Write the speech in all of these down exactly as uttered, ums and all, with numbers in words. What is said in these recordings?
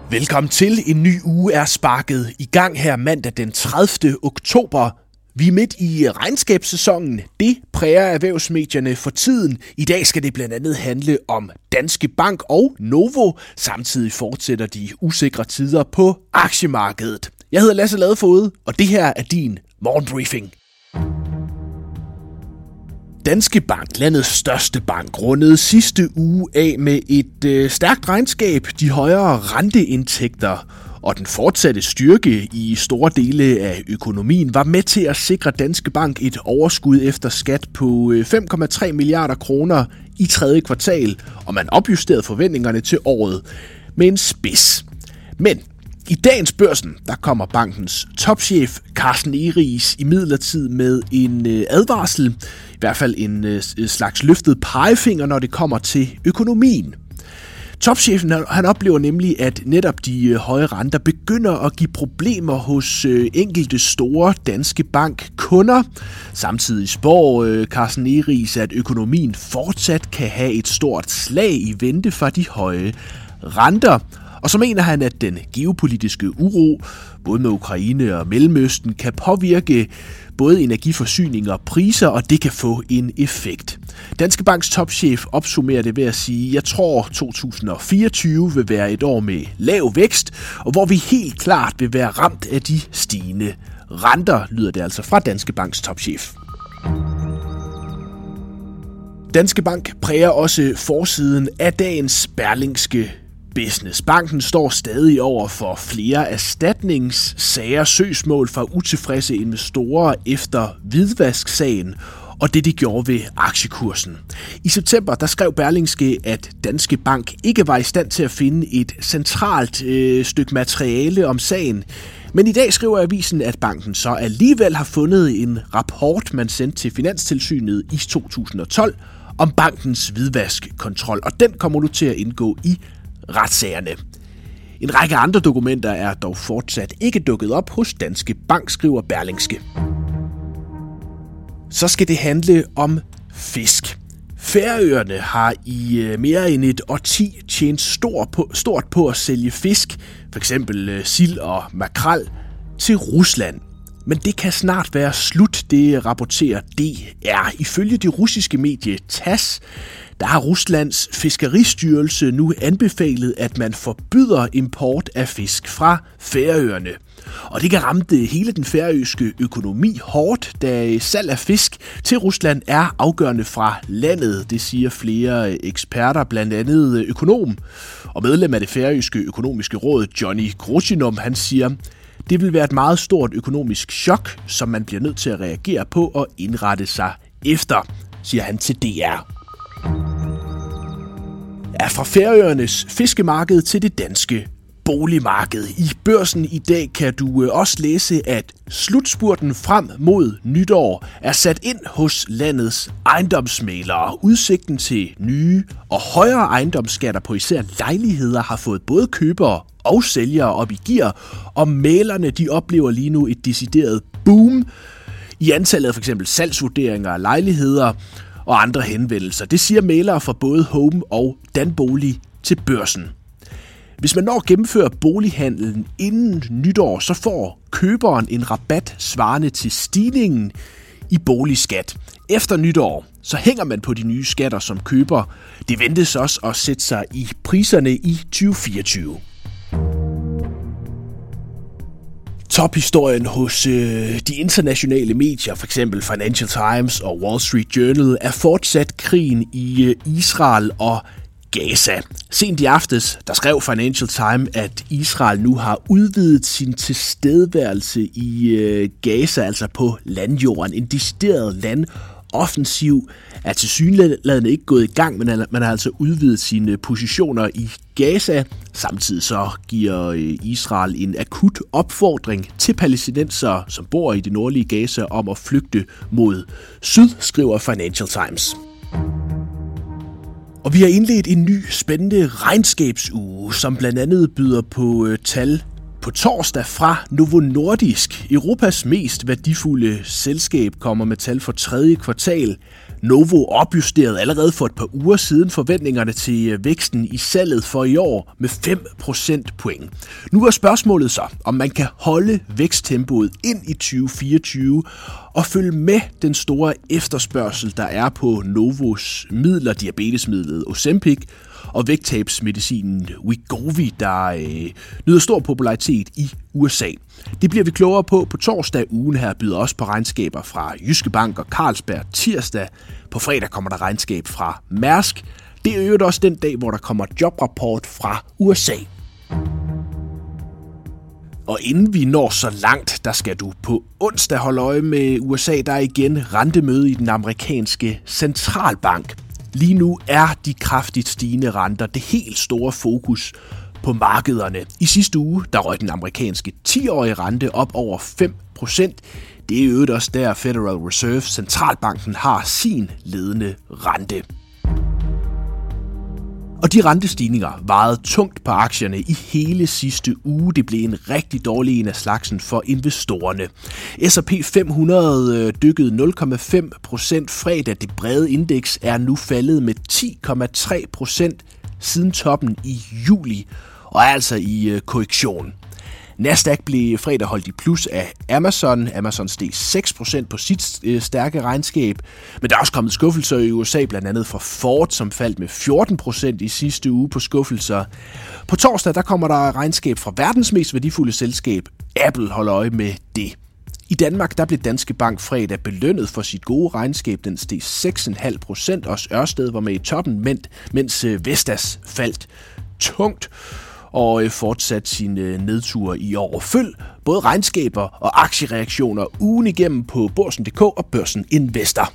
Velkommen til. En ny uge er sparket i gang her mandag den tredivte oktober. Vi er midt i regnskabssæsonen. Det præger erhvervsmedierne for tiden. I dag skal det blandt andet handle om Danske Bank og Novo. Samtidig fortsætter de usikre tider på aktiemarkedet. Jeg hedder Lasse Ladefoged, og det her er din morgenbriefing. Danske Bank, landets største bank, rundede sidste uge af med et øh, stærkt regnskab, de højere renteindtægter og den fortsatte styrke i store dele af økonomien var med til at sikre Danske Bank et overskud efter skat på fem komma tre milliarder kroner i tredje kvartal, og man opjusterede forventningerne til året med en spids. Men i dagens Børsen, der kommer bankens topchef Carsten Egeriis imidlertid med en advarsel, i hvert fald en slags løftet pegefinger, når det kommer til økonomien. Topchefen han oplever nemlig, at netop de høje renter begynder at give problemer hos enkelte store Danske Bank-kunder. Samtidig spår Carsten Egeriis, at økonomien fortsat kan have et stort slag i vente fra de høje renter. Og så mener han, at den geopolitiske uro, både med Ukraine og Mellemøsten, kan påvirke både energiforsyning og priser, og det kan få en effekt. Danske Banks topchef opsummerer det ved at sige, jeg tror to tusind fireogtyve vil være et år med lav vækst, og hvor vi helt klart vil være ramt af de stigende renter, lyder det altså fra Danske Banks topchef. Danske Bank præger også forsiden af dagens Berlingske Business. Banken står stadig over for flere erstatningssager, søgsmål fra utilfredse investorer efter hvidvasksagen, og det de gjorde ved aktiekursen. I september der skrev Berlingske, at Danske Bank ikke var i stand til at finde et centralt øh, stykke materiale om sagen. Men i dag skriver avisen, at banken så alligevel har fundet en rapport, man sendte til Finanstilsynet i to tusind og tolv, om bankens hvidvaskkontrol, og den kommer nu til at indgå i retssagerne. En række andre dokumenter er dog fortsat ikke dukket op hos Danske Bank, skriver Berlingske. Så skal det handle om fisk. Færøerne har i mere end et årti tjent stor på, stort på at sælge fisk, f.eks. sild og makrel, til Rusland. Men det kan snart være slut, det rapporterer D R. Ifølge det russiske medie TASS, der har Ruslands fiskeristyrelse nu anbefalet, at man forbyder import af fisk fra Færøerne. Og det kan ramme det hele den færøske økonomi hårdt, da salg af fisk til Rusland er afgørende fra landet, det siger flere eksperter, blandt andet økonom og medlem af det færøske økonomiske råd, Johnny Grosjenom. Han siger, det vil være et meget stort økonomisk chok, som man bliver nødt til at reagere på og indrette sig efter, siger han til D R. Ja, fra Færøernes fiskemarked til det danske boligmarked. I Børsen i dag kan du også læse, at slutspurten frem mod nytår er sat ind hos landets ejendomsmæglere. Udsigten til nye og højere ejendomsskatter på især lejligheder har fået både købere og sælgere op i gear, og mæglerne de oplever lige nu et decideret boom i antallet af f.eks. salgsvurderinger af lejligheder og andre henvendelser. Det siger mæglere fra både Home og Danbolig til Børsen. Hvis man når at gennemføre bolighandlen inden nytår, så får køberen en rabat svarende til stigningen i boligskat. Efter nytår, så hænger man på de nye skatter som køber. Det ventes også at sætte sig i priserne i tyve fireogtyve. Tophistorien hos øh, de internationale medier, f.eks. Financial Times og Wall Street Journal, er fortsat krigen i øh, Israel og Gaza. Sent i aftes, der skrev Financial Times, at Israel nu har udvidet sin tilstedeværelse i øh, Gaza, altså på landjorden. En decideret landoffensiv er tilsyneladende ikke gået i gang, men man har altså udvidet sine positioner i Gaza. Samtidig så giver Israel en akut opfordring til palæstinensere, som bor i det nordlige Gaza, om at flygte mod syd, skriver Financial Times. Og vi har indledt en ny spændende regnskabsuge, som blandt andet byder på øh, tal på torsdag fra Novo Nordisk. Europas mest værdifulde selskab kommer med tal for tredje kvartal. Novo opjusterede allerede for et par uger siden forventningerne til væksten i salget for i år med fem procentpoint. Nu er spørgsmålet så, om man kan holde væksttempoet ind i tyve fireogtyve og følge med den store efterspørgsel, der er på Novos midler, diabetesmidlet Ozempic og vægttabsmedicinen Wegovy, der øh, nyder stor popularitet i U S A. Det bliver vi klogere på på torsdag. Ugen her byder også på regnskaber fra Jyske Bank og Carlsberg tirsdag. På fredag kommer der regnskab fra Mærsk. Det er jo også den dag, hvor der kommer jobrapport fra U S A. Og inden vi når så langt, der skal du på onsdag holde øje med U S A. Der er igen rentemøde i den amerikanske centralbank. Lige nu er de kraftigt stigende renter det helt store fokus på markederne. I sidste uge der røg den amerikanske ti-årige rente op over fem procent. Det er jo øvrigt også der Federal Reserve, centralbanken, har sin ledende rente. Og de rentestigninger varede tungt på aktierne i hele sidste uge. Det blev en rigtig dårlig en af slagsen for investorerne. S og P fem hundrede dykkede nul komma fem procent fredag. Det brede indeks er nu faldet med ti komma tre procent siden toppen i juli, og er altså i korrektion. Nasdaq blev fredag holdt i plus af Amazon. Amazon steg seks procent på sit øh, stærke regnskab. Men der er også kommet skuffelser i U S A, blandt andet fra Ford, som faldt med fjorten procent i sidste uge på skuffelser. På torsdag der kommer der regnskab fra verdens mest værdifulde selskab. Apple holder øje med det. I Danmark der blev Danske Bank fredag belønnet for sit gode regnskab. Den steg seks komma fem procent. Også Ørsted var med i toppen, mens Vestas faldt tungt og fortsat sine nedture i år. Følg både regnskaber og aktiereaktioner ugen igennem på Børsen punktum d k og Børsen Investor.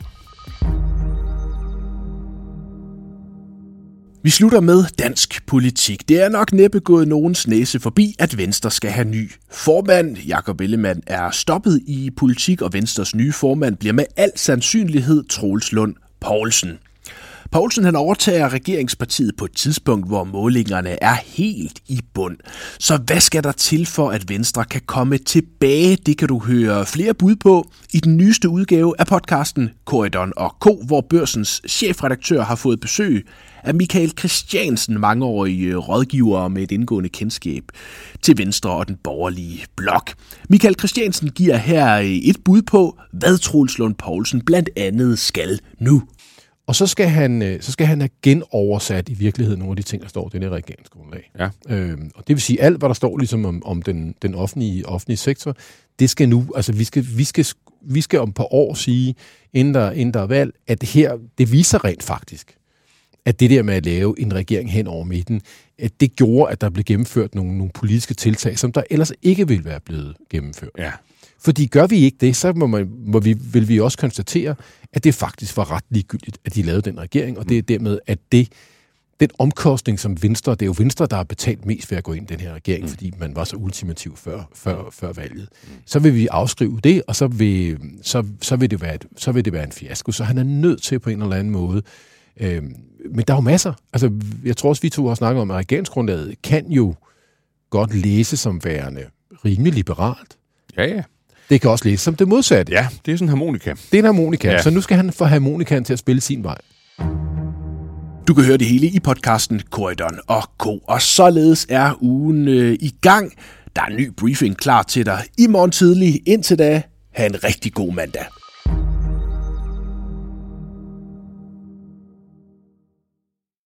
Vi slutter med dansk politik. Det er nok næppe gået nogens næse forbi, at Venstre skal have ny formand. Jakob Ellemann er stoppet i politik, og Venstres nye formand bliver med al sandsynlighed Troels Lund Poulsen. Poulsen han overtager regeringspartiet på et tidspunkt, hvor målingerne er helt i bund. Så hvad skal der til for, at Venstre kan komme tilbage? Det kan du høre flere bud på i den nyeste udgave af podcasten Corydon og Co., hvor Børsens chefredaktør har fået besøg af Michael Christiansen, mangeårige rådgiver med et indgående kendskab til Venstre og den borgerlige blok. Michael Christiansen giver her et bud på, hvad Troels Lund Poulsen blandt andet skal nu. Og så skal han, så skal han have genoversat i virkeligheden nogle af de ting, der står i det her regeringsgrundlag. Ja. Øhm, og det vil sige, alt, hvad der står ligesom om, om den, den offentlige, offentlige sektor, det skal nu, altså vi skal, vi skal, vi skal om par år sige, inden der, inden der er valg, at det her, det viser rent faktisk, at det der med at lave en regering hen over midten, at det gjorde, at der blev gennemført nogle, nogle politiske tiltag, som der ellers ikke ville være blevet gennemført. Ja. Fordi gør vi ikke det, så må man, må vi, vil vi også konstatere, at det faktisk var ret ligegyldigt, at de lavede den regering, og det er dermed, at det, den omkostning, som Venstre, det er jo Venstre, der har betalt mest ved at gå ind i den her regering, mm. fordi man var så ultimativ før, før, før valget. Mm. Så vil vi afskrive det, og så vil, så, så vil, det være et, så vil det være en fiasko, så han er nødt til på en eller anden måde. Øh, men der er jo masser. Altså, jeg tror også, vi to har snakket om, at regeringsgrundlaget kan jo godt læse som værende rimelig liberalt. Ja, ja. Det kan også læses som det modsatte. Ja, det er sådan en harmonika. Det er en harmonika, ja. Så nu skal han få harmonikaen til at spille sin vej. Du kan høre det hele i podcasten Corydon og Co. Og således er ugen øh, i gang. Der er en ny briefing klar til dig i morgen tidlig. Indtil da, have en rigtig god mandag.